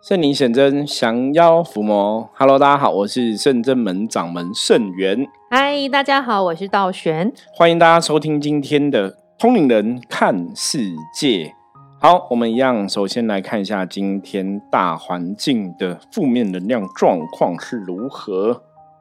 圣灵显真，降妖伏魔。Hello， 大家好，我是圣真门掌门圣元。 嗨，大家好，我是道玄。 欢迎大家收听今天的通灵人看世界。好，我们一样，首先来看一下今天大环境的负面能量状况是如何。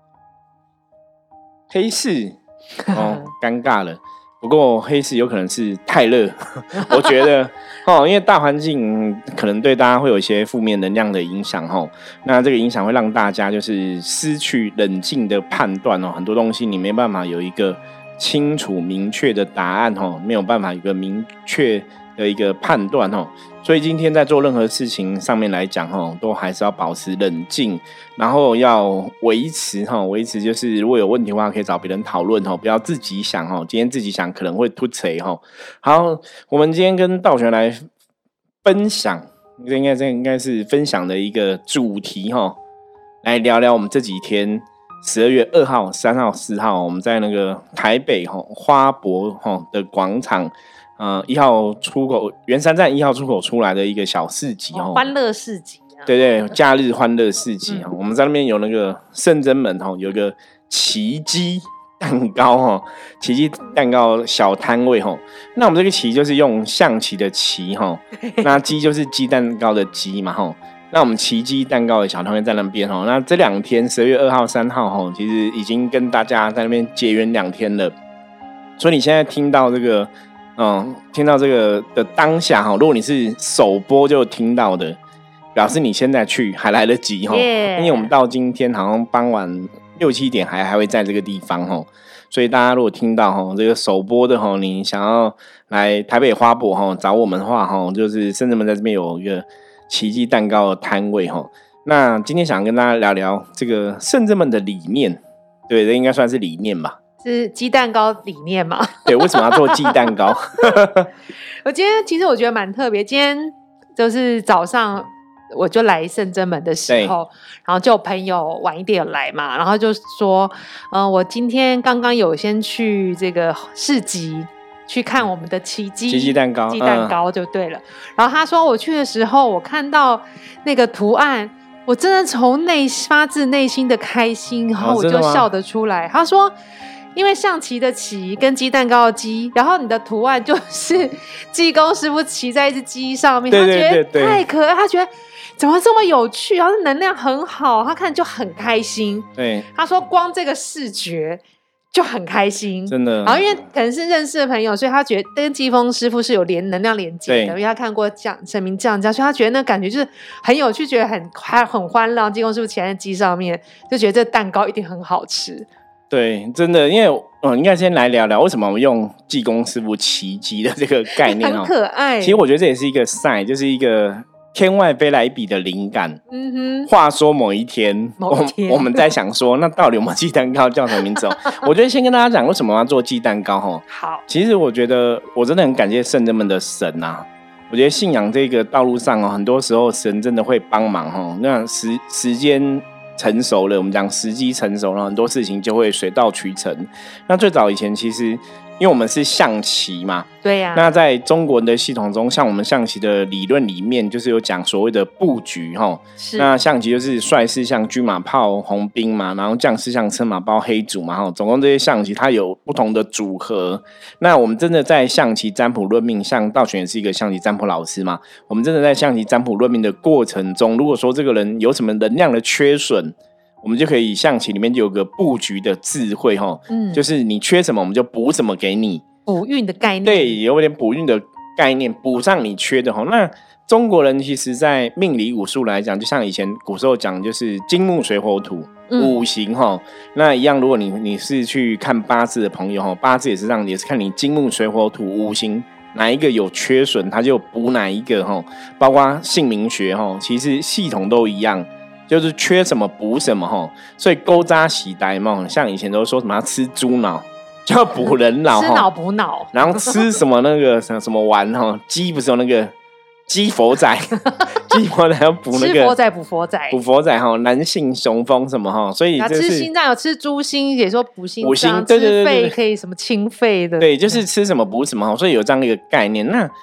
黑市尴尬了。不过黑市有可能是太热，我觉得因为大环境可能对大家会有一些负面能量的影响那这个影响会让大家就是失去冷静的判断很多东西你没办法有一个清楚明确的答案没有办法有一个明确的一个判断所以今天在做任何事情上面来讲都还是要保持冷静，然后要维持就是如果有问题的话可以找别人讨论不要自己想今天自己想可能会突锤好，我们今天跟道玄来分享，这应该是分享的一个主题来聊聊我们这几天12月2号、3号、4号我们在那个台北花博的广场1号出口圆山站1号出口出来的一个小市集欢乐市集对，假日欢乐市集我们在那边有那个圣真门有一个奇迹蛋糕奇迹蛋糕小摊位那我们这个旗就是用象棋的棋那鸡就是鸡蛋糕的鸡嘛那我们奇迹蛋糕的小摊位在那边那这2天12月2号、3号其实已经跟大家在那边结缘2天了，所以你现在听到这个的当下如果你是首播就听到的，表示你现在去还来得及因为我们到今天好像傍晚6、7点还会在这个地方所以大家如果听到这个首播的你想要来台北花博找我们的话就是圣真门在这边有一个奇迹蛋糕的摊位那今天想跟大家聊聊这个圣真门的理念，对，这应该算是理念吧， 是鸡蛋糕理念吗？ 对，为什么要做鸡蛋糕？ 我今天其实我觉得蛮特别，今天就是早上我就来圣真门的时候，然后就有朋友晚一点来嘛，然后就说，我今天刚刚有先去这个市集去看我们的奇迹蛋糕就对了。然后他说我去的时候，我看到那个图案，我真的从发自内心的开心，然后我就笑得出来。他说，因为象棋的棋跟鸡蛋糕的鸡，然后你的图案就是济公师傅骑在一只鸡上面，他觉得太可爱，他觉得怎么这么有趣，然后能量很好，他看就很开心。 对， 他说光这个视觉就很开心，真的。然后因为可能是认识的朋友，所以他觉得跟济公师傅是有能量连接的，因为他看过神明降价，所以他觉得那感觉就是很有趣，觉得很欢乐。济公师傅骑在鸡上面，就觉得这蛋糕一定很好吃。 对，真的，因为应该先来聊聊为什么我们用济公师傅骑鸡的这个概念很可爱。 其实我觉得这也是一个 sign， 就是一个天外飞来一笔的灵感。话说某一天我们在想说，那到底我们鸡蛋糕叫什么名字我觉得先跟大家讲为什么要做鸡蛋糕好， 其实我觉得我真的很感谢圣真门的神我觉得信仰这个道路上很多时候神真的会帮忙那时间成熟了，我们讲时机成熟了，很多事情就会水到渠成。那最早以前其实因为我们是象棋嘛， 对呀， 那在中国人的系统中，像我们象棋的理论里面就是有讲所谓的布局那象棋就是帅士象车马炮红兵嘛，然后将士象车马包黑卒嘛总共这些象棋它有不同的组合。那我们真的在象棋占卜论命，像道玄也是一个象棋占卜老师嘛，我们真的在象棋占卜论命的过程中，如果说这个人有什么能量的缺损，我们就可以象棋里面就有个布局的智慧就是你缺什么我们就补什么给你， 补运的概念， 对，有点补运的概念，补上你缺的那中国人其实在命理武术来讲，就像以前古时候讲就是金木水火土五行那一样，如果你是去看八字的朋友八字也是这样，也是看你金木水火土五行哪一个有缺损他就补哪一个包括姓名学其实系统都一样，就是缺什么补什么所以勾扎喜呆嘛，像以前都说什么要吃猪脑就要补人脑， 吃脑补脑， 然后吃什么那个什么丸鸡不是有那个鸡佛仔鸡佛仔要补那个吃佛仔补佛仔补佛仔男性雄风什么所以这是吃心脏有吃猪心也说补心脏， 对吃肺可以什么清肺的， 对，就是吃什么补什么所以有这样的一个概念。那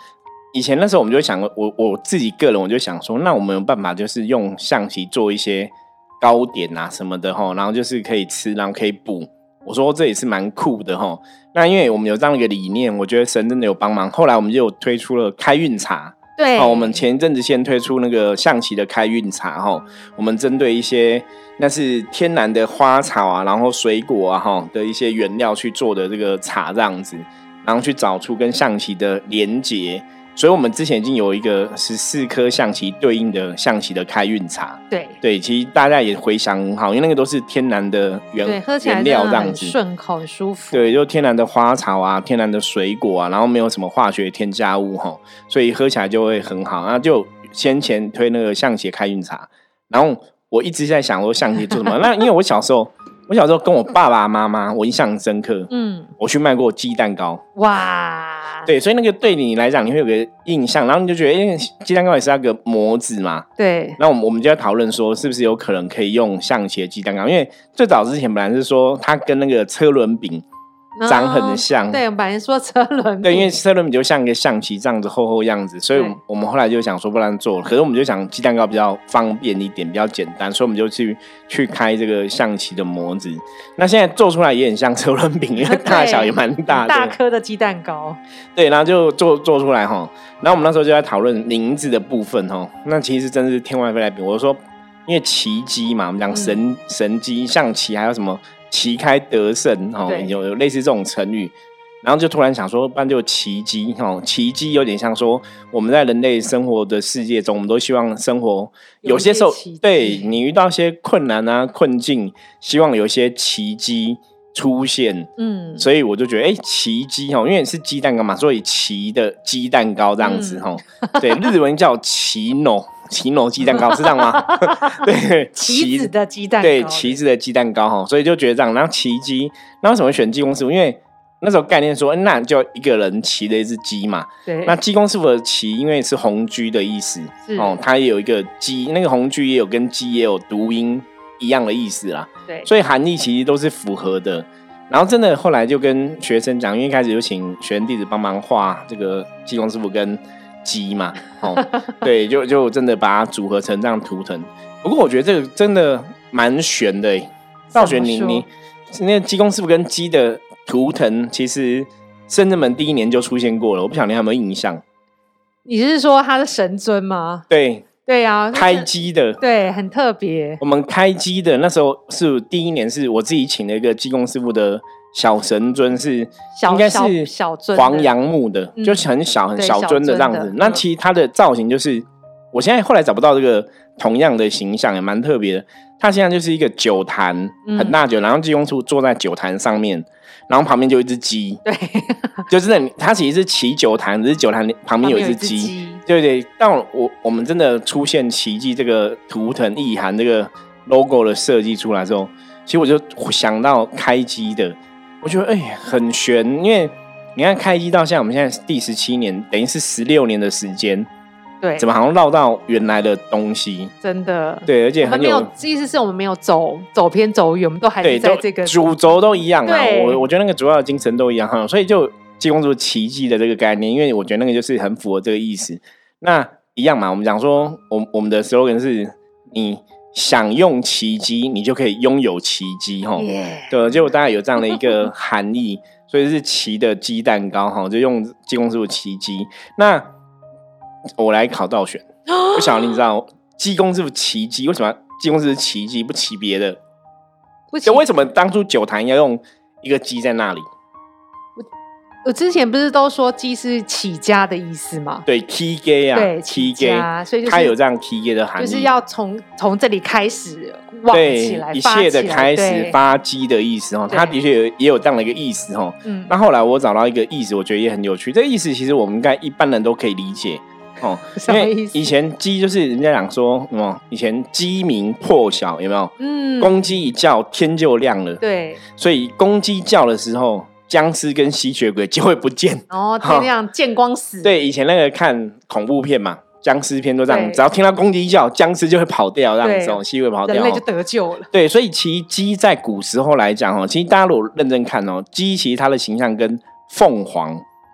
以前那时候我们就想，我自己个人我就想说，那我们有办法就是用象棋做一些糕点啊什么的齁，然后就是可以吃，然后可以补。我说这也是蛮酷的齁。那因为我们有这样的一个理念，我觉得神真的有帮忙。后来我们就有推出了开运茶。 对， 我们前一阵子先推出那个象棋的开运茶齁，我们针对一些那是天然的花草啊，然后水果啊齁的一些原料去做的这个茶这样子，然后去找出跟象棋的连结。所以我们之前已经有一个14颗象棋对应的象棋的开运茶。对，其实大家也回想很好，因为那个都是天然的原料这样子， 很顺口很舒服。 对，就天然的花草啊，天然的水果啊，然后没有什么化学添加物齁，所以喝起来就会很好。然后就先前推那个象棋开运茶，然后我一直在想说象棋做什么。那因为我小时候跟我爸爸妈妈，我印象很深刻。我去卖过鸡蛋糕。 哇， 对，所以那个对你来讲，你会有个印象，然后你就觉得，因为鸡蛋糕也是那个模子嘛。 对。 那我们就在讨论说，是不是有可能可以用象棋的鸡蛋糕？因为最早之前本来是说它跟那个车轮饼长很像。 对，我们本来说车轮饼。 对，因为车轮饼就像一个象棋这样子厚样子，所以我们后来就想说，不然做了。可是我们就想鸡蛋糕比较方便一点，比较简单，所以我们就去开这个象棋的模子。那现在做出来也很像车轮饼，因为大小也蛮大的， 大颗的鸡蛋糕。 对，然后就做出来齁。然后我们那时候就在讨论名字的部分齁。那其实真的是天外飞来饼。我说，因为棋机嘛，我们讲神机，象棋还有什么？旗开得胜有类似这种成语，然后就突然想说，不然就奇迹奇迹有点像说我们在人类生活的世界中，我们都希望生活有些时候对你遇到一些困难啊困境，希望有一些奇迹出现。所以我就觉得奇迹因为是鸡蛋糕嘛，所以奇的鸡蛋糕这样子对，日文叫奇诺鸡蛋糕是这样吗？对， 棋子的鸡蛋糕， 对，棋子的鸡蛋糕所以就觉得这样。然后棋鸡，那为什么选鸡公师傅？因为那时候概念说，那就一个人骑了一只鸡嘛。 对， 那鸡公师傅的骑，因为是红居的意思它也有一个鸡，那个红居也有跟鸡也有读音一样的意思啦。 对， 所以含义其实都是符合的。然后真的后来就跟学生讲，因为一开始就请学生弟子帮忙画这个鸡公师傅跟鸡嘛，对，就真的把它组合成这样图腾。不过我觉得这个真的蛮悬的道玄，你那个鸡公师傅跟鸡的图腾，其实圣真门第一年就出现过了，我不晓得你有没有印象？ 你是说他的神尊吗？对啊， 开机的， 对，很特别。 我们开机的那时候是第一年，是我自己请了一个鸡公师傅的小神尊，应该是黄杨木的，就很小很小尊的这样子。那其实它的造型就是，我现在后来找不到这个同样的形象，也蛮特别的。它现在就是一个酒坛，很大酒，然后鸡公师傅坐在酒坛上面，然后旁边就有一只鸡。 对， 就是它其实是骑酒坛，只是酒坛旁边有一只鸡。对对，但我们真的出现奇迹这个图腾意涵这个 logo 的设计出来之后，其实我就想到开机的，我觉得很悬，因为你看开机到现在，我们现在第17年，等于是16年的时间， 对， 怎么好像绕到原来的东西？ 真的， 对，而且很有意思，是我们没有走偏走远，我们都还是在这个主轴都一样啊。我觉得那个主要的精神都一样，所以就鸡公师傅奇迹的这个概念，因为我觉得那个就是很符合这个意思。那一样嘛，我们讲说，我们的 slogan 是你想用奇迹，你就可以拥有奇迹对，结果大概有这样的一个含义，所以是奇的鸡蛋糕就用鸡公师傅奇迹。那我来考道玄，不晓得你知道鸡公师傅奇迹为什么鸡公师傅奇迹不骑别的？就为什么当初酒坛要用一个鸡在那里？ 我之前不是都说鸡是起家的意思吗？ 对，起家啊， 对，起家，所以就是它有这样起家的含义， 就是要从这里开始旺起来， 一切的开始发鸡的意思它的确也有这样的一个意思那后来我找到一个意思，我觉得也很有趣。这个意思其实我们应该一般人都可以理解因为以前鸡就是人家讲说什么，以前鸡鸣破晓有没有？公鸡一叫天就亮了， 对， 所以公鸡叫的时候，僵尸跟吸血鬼就会不见， 天亮见光死。 对，以前那个看恐怖片嘛，僵尸片都这样，只要听到公鸡叫，僵尸就会跑掉，这样子吸血鬼跑掉， 人类就得救了。 对，所以其实鸡在古时候来讲其实大家如果认真看鸡其实它的形象跟凤凰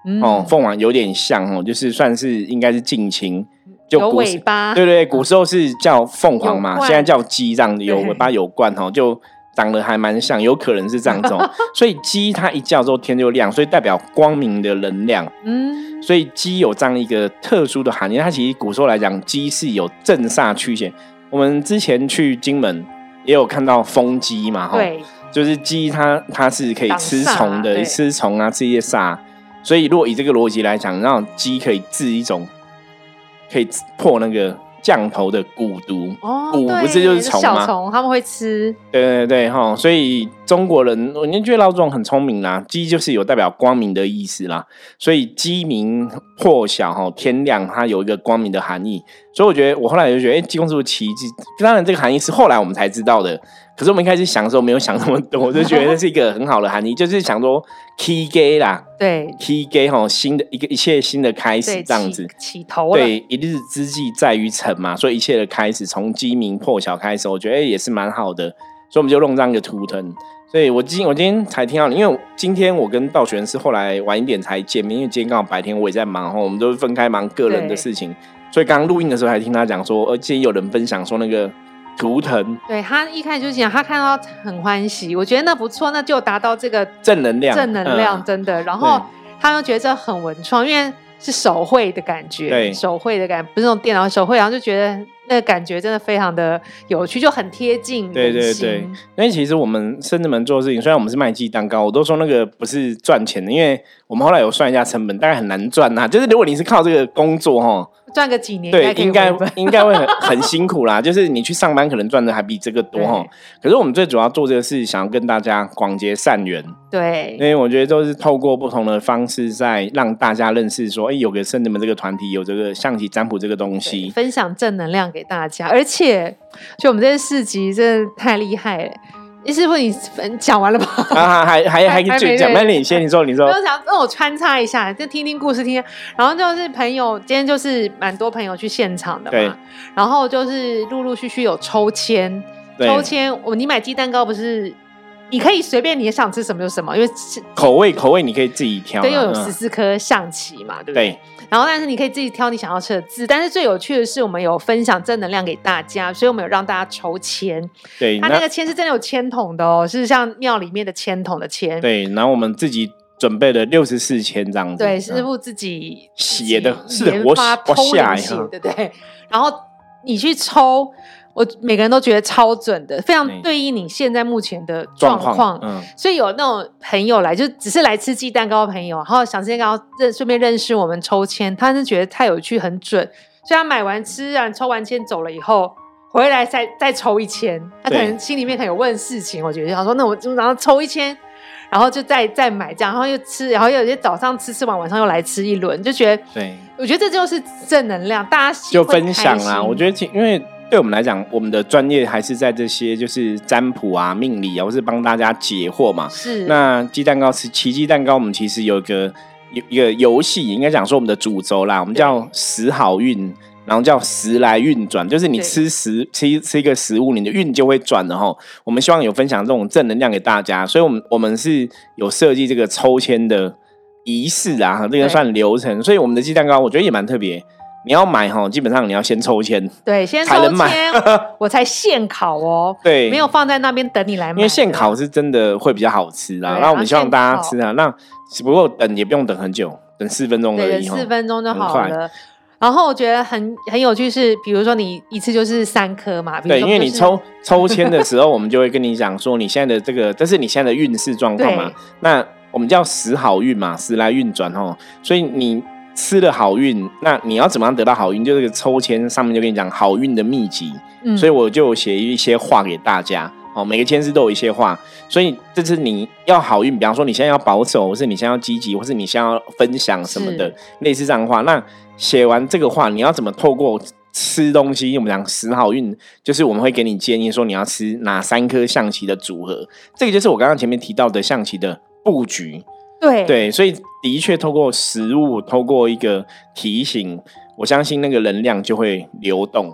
凤凰有点像就是算是应该是近亲，就有尾巴， 对对，古时候是叫凤凰嘛，现在叫鸡这样子，有尾巴有冠就长得还蛮像，有可能是这样种。所以鸡它一叫之后天就亮，所以代表光明的能量。所以鸡有这样一个特殊的含义。它其实古时候来讲，鸡是有镇煞驱邪。我们之前去金门也有看到风鸡嘛， 对， 就是鸡它是可以吃虫的，吃虫啊，吃一些煞。所以如果以这个逻辑来讲，让鸡可以治一种，可以破那个降头的蛊毒。蛊不是就是虫吗？ 小虫他们会吃。 对对对所以中国人我觉得老总很聪明啦，鸡就是有代表光明的意思啦，所以鸡鸣破晓天亮，它有一个光明的含义。所以我觉得我后来就觉得鸡公是不是奇迹？当然这个含义是后来我们才知道的，可是我们一开始想的时候没有想那么多，就觉得这是一个很好的含义，就是想说起家啦， 对， 起家新的一切新的开始这样子， 起头了。 对，一日之计在于晨嘛，所以一切的开始从鸡鸣破晓开始，我觉得也是蛮好的，所以我们就弄这样一个图腾。所以我今天才听到你，因为今天我跟道玄是后来晚一点才见面，因为今天刚好白天我也在忙我们都分开忙个人的事情，所以刚刚录音的时候还听他讲说，而且有人分享说那个图腾， 对，他一开始就讲他看到很欢喜，我觉得那不错，那就达到这个正能量， 真的。然后他又觉得这很文创，因为是手绘的感觉， 对， 手绘的感觉，不是那种电脑手绘，然后就觉得那个感觉真的非常的有趣，就很贴近人心。对对对， 因为其实我们深圳门做事情，虽然我们是卖鸡蛋糕，我都说那个不是赚钱的，因为我们后来有算一下成本，大概很难赚就是如果你是靠这个工作赚个几年， 对，应该会很辛苦啦。就是你去上班可能赚的还比这个多可是我们最主要做这个事，想要跟大家广结善缘。 对， 因为我觉得都是透过不同的方式，在让大家认识说，有个圣人们这个团体，有这个象棋占卜这个东西， 分享正能量给大家。而且，就我们这些市集真的太厉害了。师傅，你讲完了吗？ 还讲，那你先，你说。 我想让我穿插一下，就听听故事，然后就是朋友，今天就是蛮多朋友去现场的嘛，然后就是陆陆续续有抽签，你买鸡蛋糕不是？你可以随便你想吃什么就什么，因为口味你可以自己挑， 对，又有14颗象棋嘛，对不对？然后但是你可以自己挑你想要吃的字，但是最有趣的是我们有分享正能量给大家，所以我们有让大家抽签。 对， 它那个签是真的有签筒的是像庙里面的签筒的签。 对，然后我们自己准备了64签这样子。 对，师傅自己写的，是的， 我下写的，对。然后你去抽。我每个人都觉得超准的，非常对应你现在目前的状况。所以有那种朋友来，就只是来吃鸡蛋糕的朋友，然后想吃蛋糕，顺便认识我们抽签，他是觉得太有趣，很准。所以他买完吃抽完签走了以后，回来再抽一签，他可能心里面可能有问事情，我觉得他说那我就然后抽一签，然后就再买这样，然后又吃，然后有些早上吃完，晚上又来吃一轮，就觉得对，我觉得这就是正能量，大家就分享啦。我觉得因为。对我们来讲，我们的专业还是在这些就是占卜啊、命理啊，或是帮大家解惑嘛。 是。 那鸡蛋糕奇迹蛋糕，我们其实有一个游戏，应该讲说我们的主轴啦，我们叫时好运，然后叫时来运转，就是你吃一个食物，你的运就会转的齁。我们希望有分享这种正能量给大家，所以我们是有设计这个抽签的仪式啊，这个算流程。所以我们的鸡蛋糕，我觉得也蛮特别。你要买基本上你要先抽签， 对，先抽签，我才现烤对，没有放在那边等你来买， 因为现烤是真的会比较好吃啦。然后我们希望大家吃啊，那不过等也不用等很久，等4分钟而已， 等4分钟就好了。然后我觉得很有趣是，比如说你一次就是3颗嘛， 对，因为你抽签的时候，我们就会跟你讲说你现在的这是你现在的运势状况嘛，那我们叫时好运嘛，时来运转所以你。吃了好运，那你要怎么样得到好运？就这个抽签上面就跟你讲好运的秘籍，所以我就写一些话给大家。每个签师都有一些话，所以这是你要好运，比方说你现在要保守，或是你现在要积极，或是你现在要分享什么的，类似这样的话。那写完这个话，你要怎么透过吃东西？我们讲时好运，就是我们会给你建议说你要吃哪3颗象棋的组合。这个就是我刚刚前面提到的象棋的布局。对，所以的确透过食物，透过一个提醒，我相信那个能量就会流动。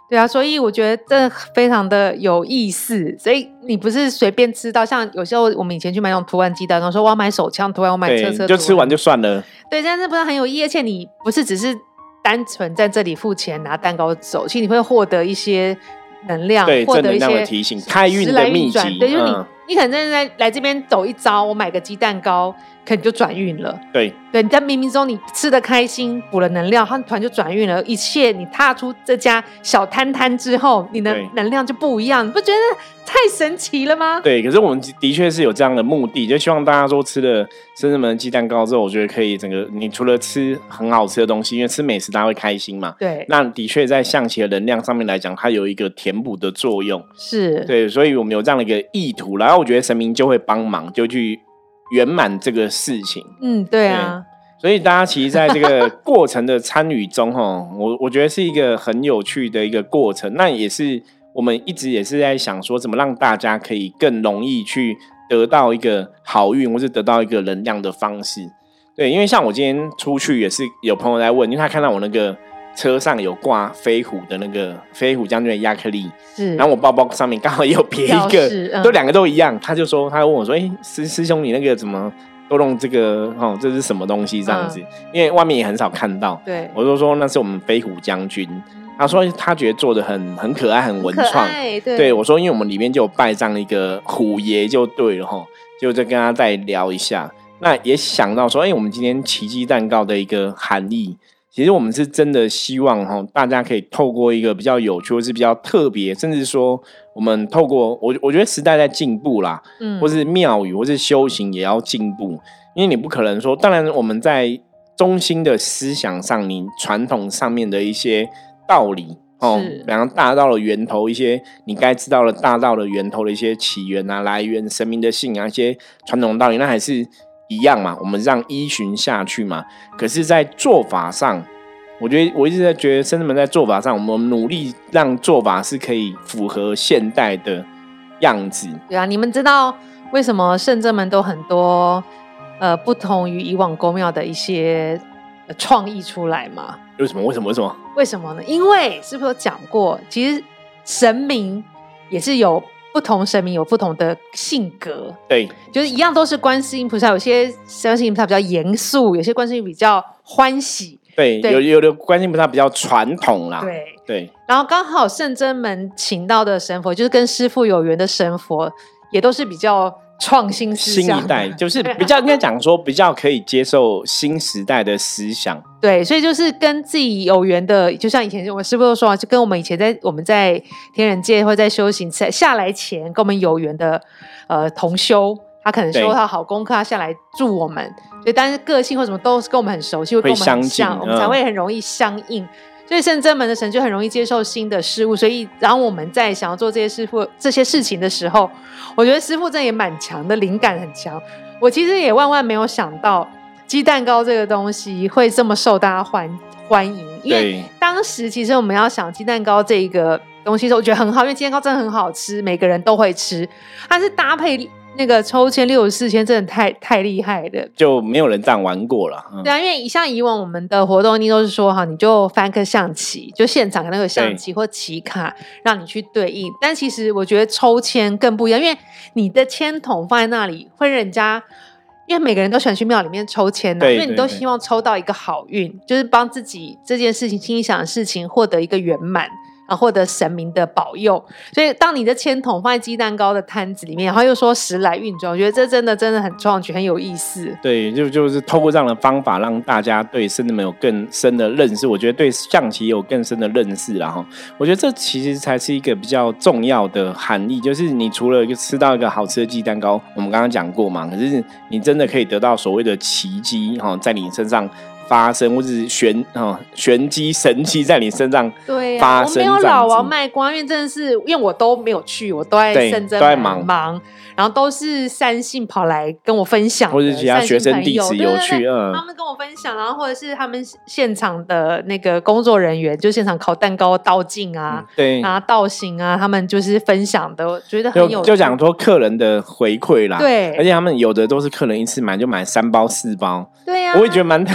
对啊，所以我觉得这非常的有意思。所以你不是随便吃到，像有时候我们以前去买那种图案鸡蛋糕，说我要买手枪图案，我买车车， 就吃完就算了。 对，但是不是很有意义，而且你不是只是单纯在这里付钱拿蛋糕走，其实你会获得一些能量， 对， 获得一些正能量的提醒，开运的秘籍。 对，就是你可能真的来这边走一遭，我买个鸡蛋糕，可能就转运了。 对， 你在冥冥中你吃的开心，补了能量，它突然就转运了。一切你踏出这家小摊摊之后，你的能量就不一样，你不觉得太神奇了吗？ 对，可是我们的确是有这样的目的，就希望大家说吃了生日们的鸡蛋糕之后，我觉得可以整个你除了吃很好吃的东西，因为吃美食大家会开心嘛。 对， 那的确在象棋的能量上面来讲，它有一个填补的作用。 是， 对，所以我们有这样的一个意图，然后我觉得神明就会帮忙，就去圆满这个事情。 对啊。 所以大家其实在这个过程的参与中我觉得是一个很有趣的一个过程。那也是我们一直也是在想说怎么让大家可以更容易去得到一个好运或是得到一个能量的方式。对，因为像我今天出去也是有朋友在问，因为他看到我那个车上有挂飞虎的那个飞虎将军的亚克力，然后我包包上面刚好也有别一个，就两个都一样。他就说，他问我说：“师兄，你那个怎么都弄这个？这是什么东西？这样子？因为外面也很少看到。” 对， 我就说那是我们飞虎将军。他说他觉得做的很可爱，很文创。对，我说因为我们里面就有拜上一个虎爷，就对了就跟他再聊一下。那也想到说，我们今天奇迹蛋糕的一个含义。其实我们是真的希望大家可以透过一个比较有趣或是比较特别，甚至说我们透过我觉得时代在进步啦，或是庙宇或是修行也要进步，因为你不可能说，当然我们在中心的思想上，你传统上面的一些道理然后大道的源头，一些你该知道的大道的源头的一些起源啊、来源、神明的信仰、一些传统道理，那还是一样嘛，我们让依循下去嘛。可是在做法上，我一直在觉得圣人们在做法上，我们努力让做法是可以符合现代的样子。 对啊，你们知道为什么圣真们都很多不同于以往宫庙的一些创意出来吗？ 为什么呢？ 因为是不是有讲过，其实神明也是有不同神明有不同的性格， 对， 就是一样都是观世音菩萨，有些观世音菩萨比较严肃，有些观世音比较欢喜， 对，有的观世音菩萨比较传统啦，对。 然后刚好圣真门请到的神佛，就是跟师父有缘的神佛，也都是比较创新思想， 新一代就是比较应该讲说比较可以接受新时代的思想。 对，所以就是跟自己有缘的，就像以前我们师父都说，就跟我们以前我们在天人界或在修行下来前跟我们有缘的同修，他可能修到好功课，他下来助我们，所以但是个性或什么都是跟我们很熟悉，会跟我们很像，我们才会很容易相应。所以圣真门的神就很容易接受新的事物，所以然后我们在想要做这些事情的时候，我觉得师父真的也蛮强的，灵感很强。我其实也万万没有想到鸡蛋糕这个东西会这么受大家欢迎，因为当时其实我们要想鸡蛋糕这个东西的时候，我觉得很好，因为鸡蛋糕真的很好吃，每个人都会吃，它是搭配那个抽签64签真的太厉害了， 就没有人这样玩过了。 对啊，因为像以往我们的活动一定都是说你就翻个象棋，就现场那个象棋或棋卡让你去对应，但其实我觉得抽签更不一样，因为你的签筒放在那里会人家，因为每个人都喜欢去庙里面抽签因为你都希望抽到一个好运，就是帮自己这件事情心里想的事情获得一个圆满，然后获得神明的保佑。所以当你的签筒放在鸡蛋糕的摊子里面，然后又说时来运转，我觉得这真的很创举，很有意思。 对，就是透过这样的方法让大家对圣人们有更深的认识，我觉得对象棋有更深的认识啦。我觉得这其实才是一个比较重要的含义，就是你除了吃到一个好吃的鸡蛋糕，我们刚刚讲过嘛，可是你真的可以得到所谓的奇迹在你身上发生，或者是玄机神迹在你身上发生。 我没有老王卖瓜，因为真的是因为我都没有去，我都在深圳忙，然后都是善信跑来跟我分享的， 或者其他学生弟子有去， 他们跟我分享，然后或者是他们现场的那个工作人员，就现场烤蛋糕、倒镜啊， 对， 然后倒行啊，他们就是分享的，我觉得很有趣。 就讲说客人的回馈啦， 对， 而且他们有的都是客人一次买就买3包4包， 对啊， 我也觉得蛮特别。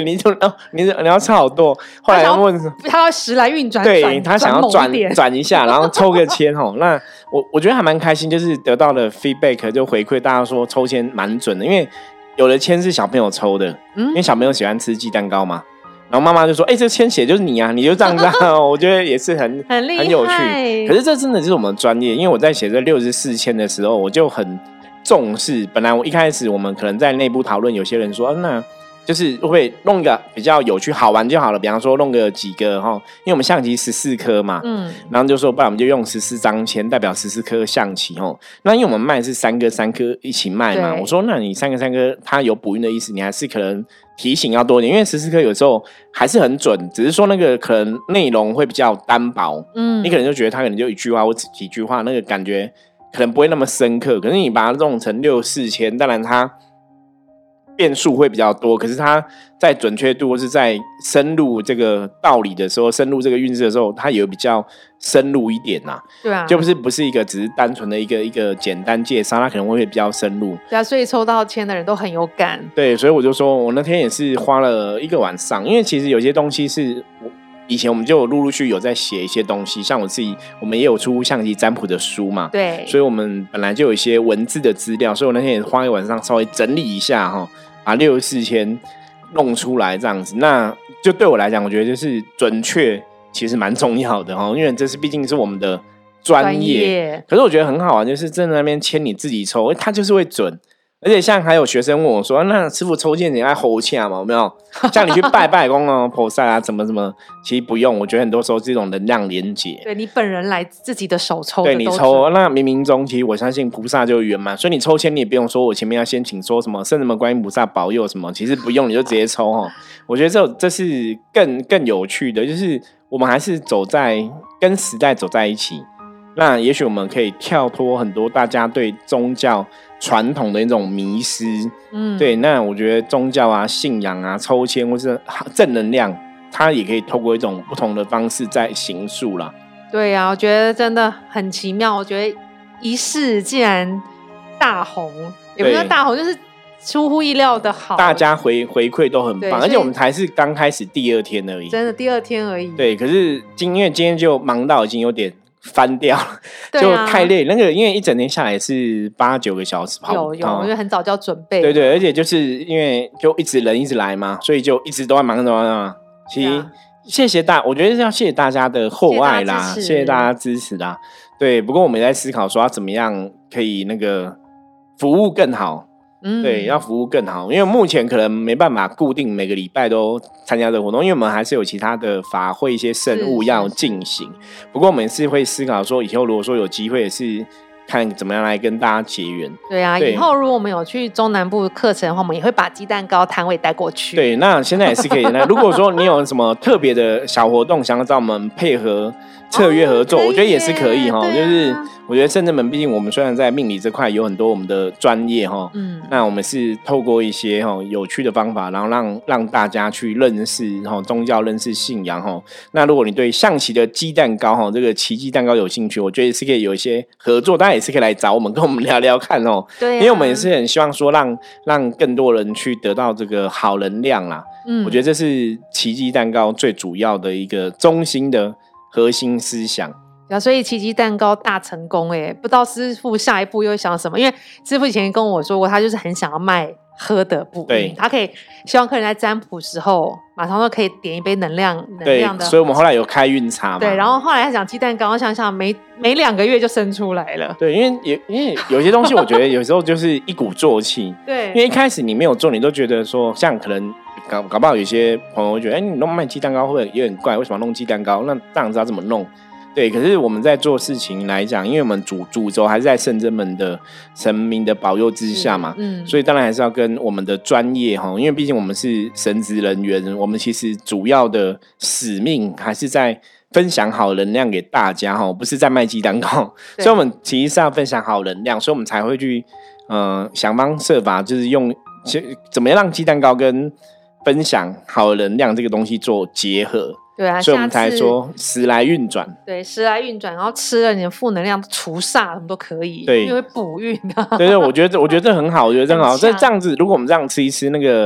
你要吃好多，后来问他要时来运转， 对他想要转一下，然后抽个签吼。那我觉得还蛮开心，就是得到的 feedback 就回馈大家说抽签蛮准的，因为有的签是小朋友抽的，因为小朋友喜欢吃鸡蛋糕嘛。然后妈妈就说：“这签写就是你啊，你就这样子。”我觉得也是很有趣。可是这真的就是我们专业，因为我在写这64签的时候，我就很重视。本来我一开始我们可能在内部讨论，有些人说：“那就是会不会弄一个比较有趣好玩就好了？比方说弄个几个哈，因为我们象棋14颗嘛，然后就说不然我们就用14张签代表14颗象棋哈。那因为我们卖是3颗一起卖嘛，我说那你3颗它有补运的意思，你还是可能提醒要多一点，因为14颗有时候还是很准，只是说那个可能内容会比较单薄，你可能就觉得它可能就一句话或几句话，那个感觉可能不会那么深刻。可是你把它弄成64签，当然它变数会比较多，可是它在准确度或是在深入这个道理的时候，深入这个运势的时候，它有比较深入一点呐。 对啊， 就不是一个只是单纯的一个简单介绍，它可能会比较深入。 对啊，所以抽到签的人都很有感。 对，所以我就说我那天也是花了一个晚上，因为其实有些东西是以前我们就有陆续有在写一些东西，像我自己，我们也有出象棋占卜的书嘛， 对， 所以我们本来就有一些文字的资料，所以我那天也花一个晚上稍微整理一下哈。把64签弄出来这样子，那就对我来讲，我觉得就是准确，其实蛮重要的哈，因为这是毕竟是我们的专业。可是我觉得很好玩，就是在那边签你自己抽，它就是会准。而且像还有学生问我说：“那师傅抽签你爱吼呛嘛？有没有？像你去拜拜公哦、菩萨啊，怎么？其实不用。我觉得很多时候这种能量连结， 对你本人来自己的手抽的， 对你抽，那冥冥中其实我相信菩萨就圆满。所以你抽签你也不用说我前面要先请说什么圣人们观音菩萨保佑什么，其实不用，你就直接抽哈。我觉得这是更有趣的，就是我们还是跟时代走在一起。那也许我们可以跳脱很多大家对宗教传统的那种迷思，对，那我觉得宗教啊、信仰啊、抽签或是正能量，它也可以透过一种不同的方式在形塑啦。 对啊，我觉得真的很奇妙。我觉得仪式既然大红，也不是大红，就是出乎意料的好，大家回馈都很棒，而且我们才是刚开始第2天而已， 真的第2天而已。 对，可是因为今天就忙到已经有点翻掉了，就太累。那个因为一整天下来是8-9个小时跑， 有，因为很早就要准备。 对，而且就是因为就人一直来嘛，所以就一直都在忙着嘛。其实谢谢我觉得要谢谢大家的厚爱啦，谢谢大家支持啦。对，不过我们也在思考说要怎么样可以那个服务更好。对，要服务更好，因为目前可能没办法固定每个礼拜都参加这个活动，因为我们还是有其他的法会一些圣物要进行。不过我们是会思考说，以后如果说有机会，也是看怎么样来跟大家结缘。 对啊，以后如果我们有去中南部课程的话，我们也会把鸡蛋糕摊位带过去。 对，那现在也是可以。那如果说你有什么特别的小活动，想要找我们配合策略合作，我觉得也是可以哈。就是我觉得圣人们，毕竟我们虽然在命理这块有很多我们的专业哈，那我们是透过一些有趣的方法，然后让大家去认识宗教、认识信仰哈。那如果你对象棋的鸡蛋糕这个奇迹蛋糕有兴趣，我觉得也是可以有一些合作，大家也是可以来找我们，跟我们聊聊看哦。 对， 因为我们也是很希望说让更多人去得到这个好能量啦。我觉得这是奇迹蛋糕最主要的一个中心的核心思想。 所以奇迹蛋糕大成功耶，不知道师傅下一步又想什么？因为师傅以前跟我说过，他就是很想要卖喝的补运，他可以希望客人在占卜时候马上都可以点一杯能量的。 所以我们后来有开运茶嘛。 对，然后后来他讲鸡蛋糕，我想没2个月就生出来了。 对，因为有些东西我觉得有时候就是一鼓作气。 对， 因为一开始你没有做，你都觉得说，像可能搞不好有些朋友会觉得，你弄卖鸡蛋糕会有点怪，为什么弄鸡蛋糕？那这样子要怎么弄？对，可是我们在做事情来讲，因为我们主轴还是在圣真门的神明的保佑之下嘛，所以当然还是要跟我们的专业因为毕竟我们是神职人员，我们其实主要的使命还是在分享好能量给大家不是在卖鸡蛋糕，所以我们其实是要分享好能量，所以我们才会去想方设法，就是用怎么样让鸡蛋糕跟分享好能量这个东西做结合。 对啊， 所以我们才说时来运转。 对，时来运转，然后吃了你的负能量除煞什么都可以， 对， 因为补运啊。 对，我觉得这很好，我觉得这很好。这样子，如果我们这样吃一吃，那个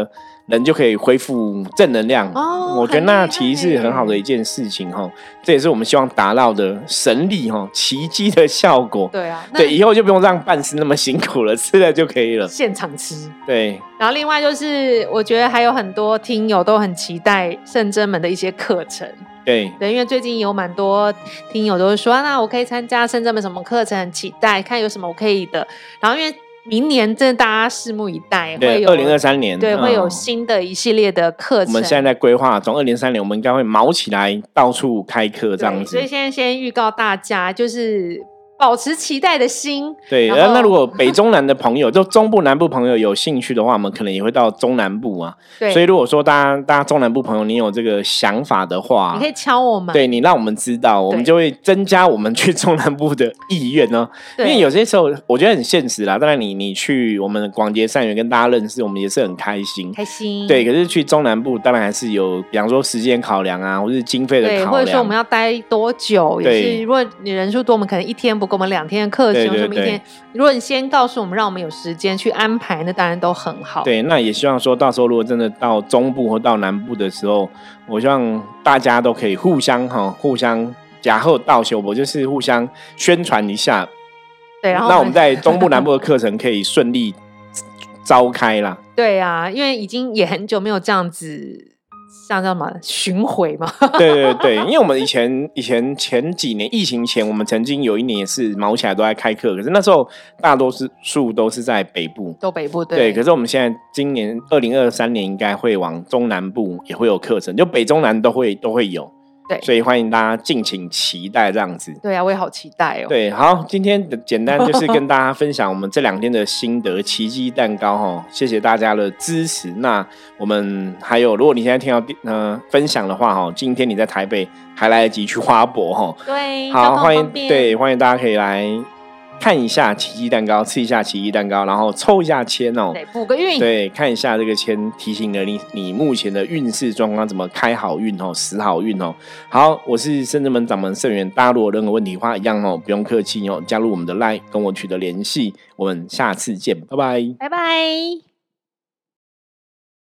人就可以恢复正能量。我觉得那其实是很好的一件事情齁，这也是我们希望达到的神力齁，奇迹的效果。 对啊， 对，以后就不用让办事那么辛苦了，吃了就可以了， 现场吃。 对。 然后另外就是，我觉得还有很多听友都很期待圣真门的一些课程。 对， 因为最近有蛮多听友都是说，那我可以参加圣真门什么课程，很期待看有什么我可以的。然后因为明年真的大家拭目以待，会有 2023年， 对，会有新的一系列的课程。 我们现在在规划中，2023年我们应该会卯起来，到处开课这样子。 所以现在先预告大家，就是保持期待的心。 对，那如果北中南的朋友，就中部南部朋友有兴趣的话，我们可能也会到中南部啊。对，所以如果说大家中南部朋友你有这个想法的话， 你可以敲我们， 对，你让我们知道，我们就会增加我们去中南部的意愿呢。因为有些时候我觉得很现实啦，当然你去我们广结善缘跟大家认识，我们也是很开心。对，可是去中南部当然还是有，比方说时间考量啊，或是经费的考量， 或者说我们要待多久，也是如果你人数多，我们可能1天不够，我们2天的课程，什么1天。如果你先告诉我们，让我们有时间去安排，那当然都很好。 对，那也希望说到时候如果真的到中部或到南部的时候，我希望大家都可以互相假后道修博，就是互相宣传一下。 对，然后那我们在中部南部的课程可以顺利召开啦。 对啊，因为已经也很久没有这样子。像叫什么巡回嘛？ 对，因为我们以前几年疫情前，我们曾经有一年也是卯起来都在开课，可是那时候大多数都是在北部， 都北部对。可是我们现在今年2023年应该会往中南部也会有课程，就北中南都会有。对，所以欢迎大家敬请期待这样子。 对啊，我也好期待哦。 对，好，今天的简单就是跟大家分享我们这2天的心得，奇迹蛋糕齁，谢谢大家的支持。那我们还有，如果你现在听到分享的话齁，今天你在台北还来得及去花博齁。 对， 好，欢迎大家可以来看一下奇迹蛋糕，吃一下奇迹蛋糕，然后抽一下签哦， 对，补个运。 对，看一下这个签，提醒了你目前的运势状况，怎么开好运哦，死好运哦。好，我是圣真门掌门圣元，大家如果有任何问题的话，一样哦，不用客气哦，加入我们的 LINE 跟我取得联系，我们下次见，拜拜， 拜拜。